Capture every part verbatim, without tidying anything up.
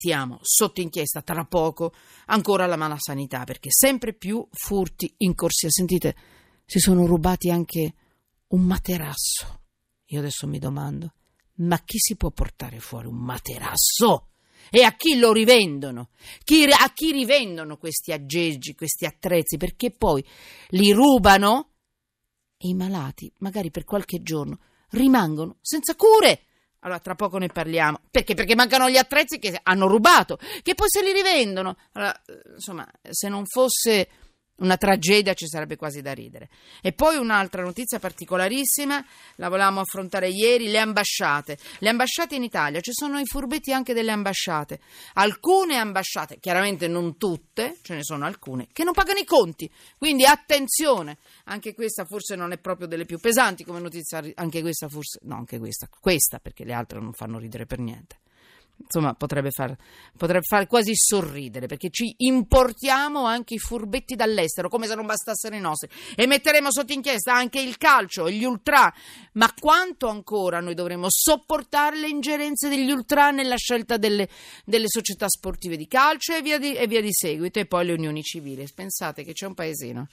mettiamo sotto inchiesta tra poco ancora la mala sanità, perché sempre più furti in corsia. Sentite, si sono rubati anche un materasso. Io adesso mi domando, ma chi si può portare fuori un materasso? E a chi lo rivendono? Chi, a chi rivendono questi aggeggi, questi attrezzi? Perché poi li rubano e i malati, magari per qualche giorno, rimangono senza cure. Allora, tra poco ne parliamo. Perché? Perché mancano gli attrezzi che hanno rubato, che poi se li rivendono. Allora, insomma, se non fosse una tragedia ci sarebbe quasi da ridere. E poi un'altra notizia particolarissima, la volevamo affrontare ieri, le ambasciate. Le ambasciate in Italia, ci sono i furbetti anche delle ambasciate. Alcune ambasciate, chiaramente non tutte, ce ne sono alcune, che non pagano i conti. Quindi attenzione, anche questa forse non è proprio delle più pesanti come notizia, anche questa forse, no anche questa, questa perché le altre non fanno ridere per niente. Insomma, potrebbe far, potrebbe far quasi sorridere, perché ci importiamo anche i furbetti dall'estero, come se non bastassero i nostri, e metteremo sotto inchiesta anche il calcio e gli ultra. Ma quanto ancora noi dovremo sopportare le ingerenze degli ultra nella scelta delle, delle società sportive di calcio e via di, e via di seguito, e poi le unioni civili. Pensate che c'è un paesino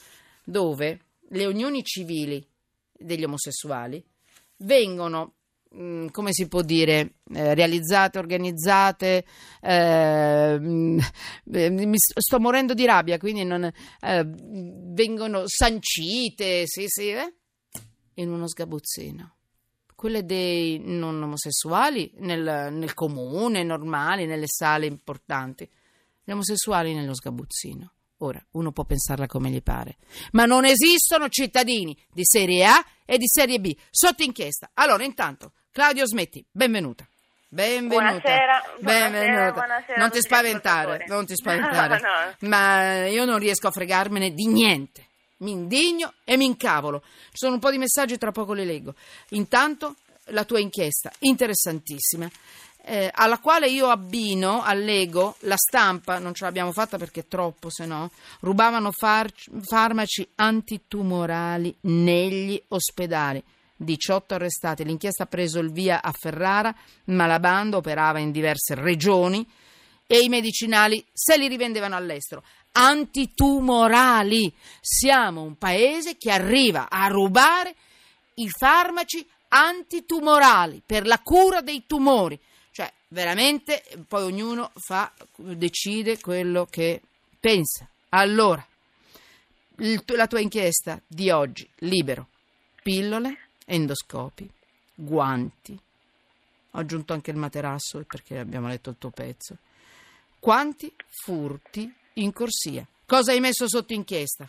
dove le unioni civili degli omosessuali vengono, come si può dire, eh, realizzate, organizzate, eh, mi sto morendo di rabbia, quindi non, eh, vengono sancite, sì, sì, eh, in uno sgabuzzino. Quelle dei non omosessuali nel, nel comune, normali, nelle sale importanti, gli omosessuali nello sgabuzzino. Ora, uno può pensarla come gli pare, ma non esistono cittadini di serie A e di serie B sotto inchiesta. Allora, intanto, Claudio Smetti, benvenuta. Benvenuta. Buonasera. Benvenuta. Buonasera, buonasera non ti spaventare, non ti spaventare. No, no. Ma io non riesco a fregarmene di niente. Mi indigno e mi incavolo. Ci sono un po' di messaggi, tra poco li leggo. Intanto, la tua inchiesta, interessantissima. Eh, alla quale io abbino, allego, La Stampa, non ce l'abbiamo fatta perché è troppo, se no, rubavano far- farmaci antitumorali negli ospedali. diciotto arrestati, l'inchiesta ha preso il via a Ferrara, ma la banda operava in diverse regioni e i medicinali se li rivendevano all'estero. Antitumorali, siamo un paese che arriva a rubare i farmaci antitumorali per la cura dei tumori. Cioè, veramente, poi ognuno fa, decide quello che pensa. Allora, il, la tua inchiesta di oggi, Libero, pillole, endoscopi, guanti. Ho aggiunto anche il materasso perché abbiamo letto il tuo pezzo. Quanti furti in corsia? Cosa hai messo sotto inchiesta?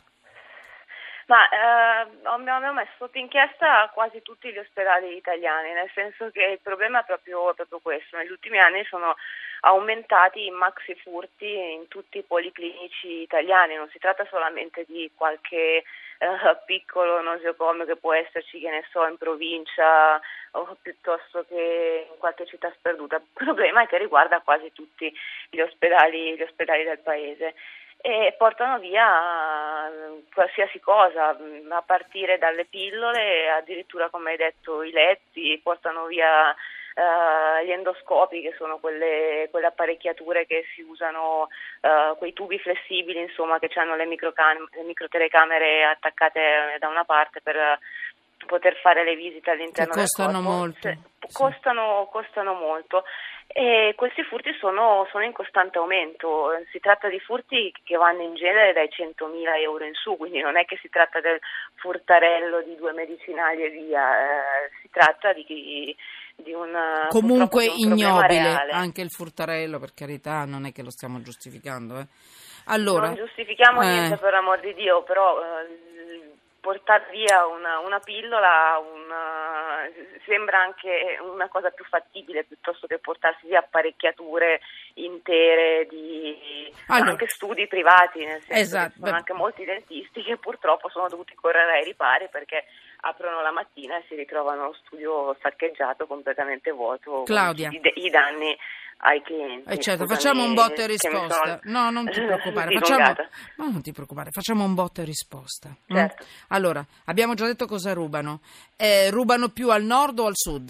Ma eh, abbiamo messo sotto inchiesta quasi tutti gli ospedali italiani, nel senso che il problema è proprio, è proprio questo. Negli ultimi anni sono aumentati i maxi furti in tutti i policlinici italiani. Non si tratta solamente di qualche eh, piccolo nosocomio che può esserci, che ne so, in provincia o piuttosto che in qualche città sperduta. Il problema è che riguarda quasi tutti gli ospedali, gli ospedali del paese. E portano via qualsiasi cosa, a partire dalle pillole, addirittura, come hai detto, i letti, portano via uh, gli endoscopi, che sono quelle, quelle apparecchiature che si usano, uh, quei tubi flessibili, insomma, che hanno le, microcam- le microtelecamere attaccate da una parte per poter fare le visite all'interno che costano del corpo. molto. Se, costano, costano molto. E questi furti sono, sono in costante aumento. Si tratta di furti che vanno in genere dai centomila euro in su, quindi non è che si tratta del furtarello di due medicinali e via, eh, si tratta di, di un comunque di un ignobile reale. Anche il furtarello, per carità, non è che lo stiamo giustificando, eh. Allora, non giustifichiamo eh. niente, per amor di Dio, però eh, portare via una, una pillola una, sembra anche una cosa più fattibile piuttosto che portarsi via apparecchiature intere di allora, anche studi privati, nel senso esatto, che ci sono anche molti dentisti che purtroppo sono dovuti correre ai ripari perché aprono la mattina e si ritrovano lo studio saccheggiato, completamente vuoto, Claudia, i, i danni ai clienti. Eh certo, Scusami, facciamo un botta e risposta. sono... No, non ti preoccupare. Facciamo... No, non ti preoccupare, facciamo un botta e risposta. Certo. Mm? Allora, abbiamo già detto cosa rubano. Eh, rubano più al nord o al sud?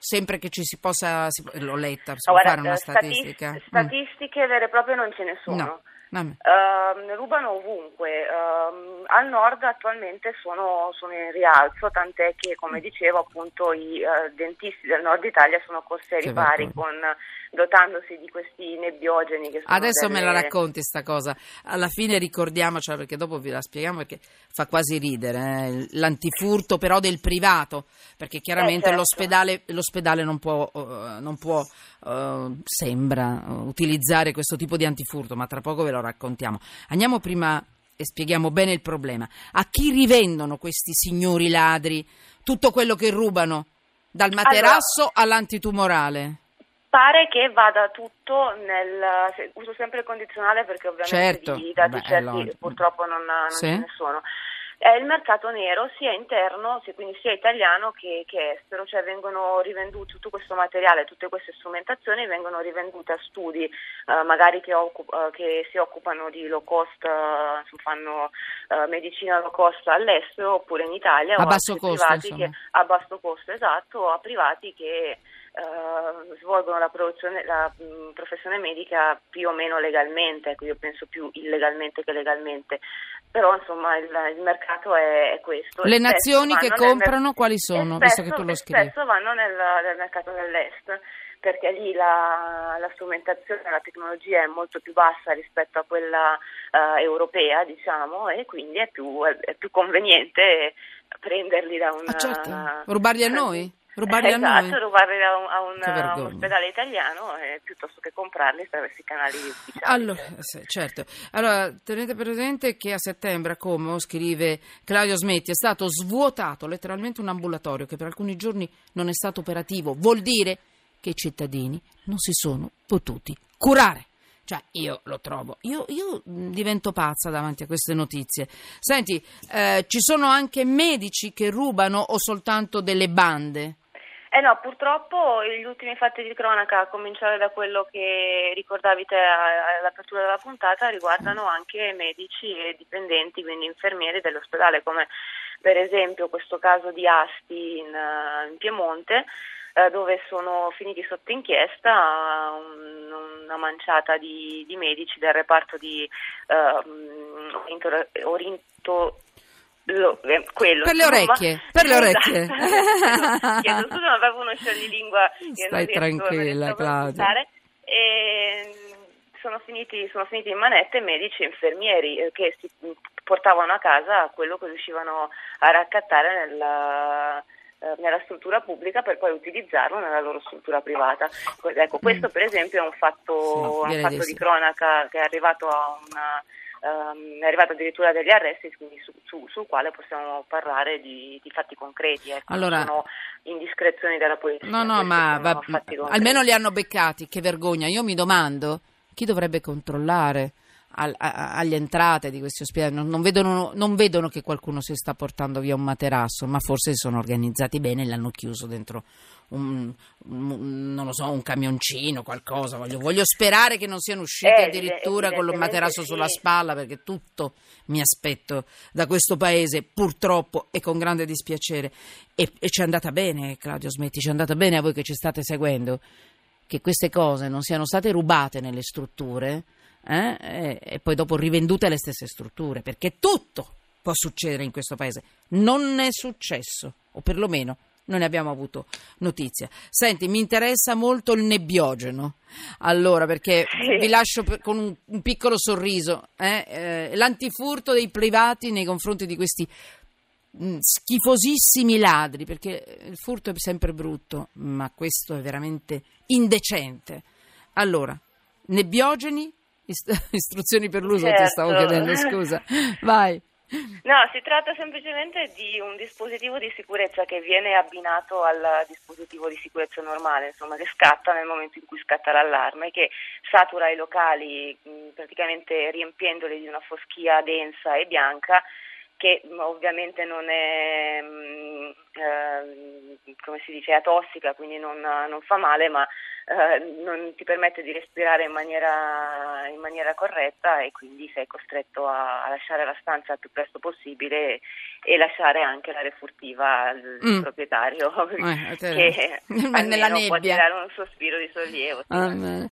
sempre che ci si possa, si, l'ho letta, si No, può guarda, fare una stati- statistica? Statistiche mm. vere e proprie non ce ne sono. No. Vabbè. Uh, rubano ovunque, uh, al nord attualmente sono, sono in rialzo, tant'è che, come dicevo, appunto i uh, dentisti del nord Italia sono corsi ai ripari con, dotandosi di questi nebbiogeni che sono Adesso delle... me la racconti sta cosa, alla fine ricordiamocela perché dopo vi la spieghiamo perché fa quasi ridere, eh? L'antifurto però del privato, perché chiaramente eh, certo. l'ospedale, l'ospedale non può, uh, non può uh, sembra uh, utilizzare questo tipo di antifurto, ma tra poco ve lo raccontiamo. Andiamo prima e spieghiamo bene il problema. A chi rivendono questi signori ladri tutto quello che rubano, dal materasso allora, all'antitumorale? Pare che vada tutto nel, uso sempre il condizionale perché ovviamente certo. di dati Beh, certi allora... purtroppo non, non sì? ce ne sono. È il mercato nero sia interno, quindi sia italiano che, che estero, cioè vengono rivenduti tutto questo materiale, tutte queste strumentazioni vengono rivendute a studi eh, magari che, occup- eh, che si occupano di low cost, eh, fanno eh, medicina low cost all'estero oppure in Italia a o basso a costo, privati che, a basso costo, esatto, o a privati che Uh, svolgono la, produzione, la mh, professione medica più o meno legalmente, ecco, io penso più illegalmente che legalmente, però insomma il, il mercato è, è questo. Le nazioni che comprano mer- quali sono? Spesso, visto che tu lo scrivi. Spesso vanno nel, nel mercato dell'est, perché lì la, la strumentazione, la tecnologia è molto più bassa rispetto a quella uh, europea, diciamo, e quindi è più, è, è più conveniente prenderli da un... Ah, certo. Rubarli a noi? Rubarli esatto, a noi? rubarli a un, a un, a un ospedale italiano eh, piuttosto che comprarli attraverso i canali ufficiali. Allora, sì, certo. Allora, tenete presente che a settembre a Como, scrive Claudio Smetti, è stato svuotato letteralmente un ambulatorio che per alcuni giorni non è stato operativo. Vuol dire che i cittadini non si sono potuti curare. Cioè, io lo trovo, io, io divento pazza davanti a queste notizie. Senti, eh, ci sono anche medici che rubano o soltanto delle bande? Eh no, purtroppo gli ultimi fatti di cronaca, a cominciare da quello che ricordavi te all'apertura della puntata, riguardano anche medici e dipendenti, quindi infermieri dell'ospedale, come per esempio questo caso di Asti in, in Piemonte, dove sono finiti sotto inchiesta un, una manciata di, di medici del reparto di uh, orinto, orinto lo, eh, quello, per le insomma. orecchie, per le orecchie. Esatto. Chiedo scusa, ma avevo uno scioglilingua che stai non tranquilla, Claudia. E sono finiti, sono finiti in manette medici e infermieri eh, che si portavano a casa quello che riuscivano a raccattare nella nella struttura pubblica per poi utilizzarlo nella loro struttura privata. Ecco, questo per esempio è un fatto, sì, un fatto di, di cronaca che è arrivato a una Um, è arrivato addirittura degli arresti, quindi su, su, sul quale possiamo parlare di, di fatti concreti, ecco. Allora, sono indiscrezioni della polizia. No, no, ma va, almeno li hanno beccati, che vergogna. Io mi domando chi dovrebbe controllare al, a, agli entrate di questi ospedali. Non, non, vedono, non vedono che qualcuno si sta portando via un materasso, ma forse si sono organizzati bene e l'hanno chiuso dentro Un, un, non lo so, un camioncino, qualcosa. Voglio, voglio sperare che non siano usciti eh, addirittura con il materasso sì. sulla spalla, perché tutto mi aspetto da questo paese, purtroppo e con grande dispiacere. E, e ci è andata bene, Claudio Smetti, ci è andata bene a voi che ci state seguendo, che queste cose non siano state rubate nelle strutture eh, e, e poi dopo rivendute alle stesse strutture, perché tutto può succedere in questo paese. Non è successo, o perlomeno non ne abbiamo avuto notizia. Senti, mi interessa molto il nebbiogeno, allora, perché sì. vi lascio con un, un piccolo sorriso, eh? Eh, l'antifurto dei privati nei confronti di questi mh, schifosissimi ladri, perché il furto è sempre brutto, ma questo è veramente indecente. Allora, nebbiogeni, ist- istruzioni per l'uso, certo. Ti stavo chiedendo, scusa, vai. No, si tratta semplicemente di un dispositivo di sicurezza che viene abbinato al dispositivo di sicurezza normale, insomma, che scatta nel momento in cui scatta l'allarme, che satura i locali mh, praticamente riempiendoli di una foschia densa e bianca che ovviamente non è, mh, eh, come si dice, atossica, quindi non, non fa male, ma eh, non ti permette di respirare in maniera, in maniera corretta, e quindi sei costretto a, a lasciare la stanza il più presto possibile e, e lasciare anche l'aria furtiva al mm. proprietario, eh, che nella almeno nebbia può tirare un sospiro di sollievo. Ah,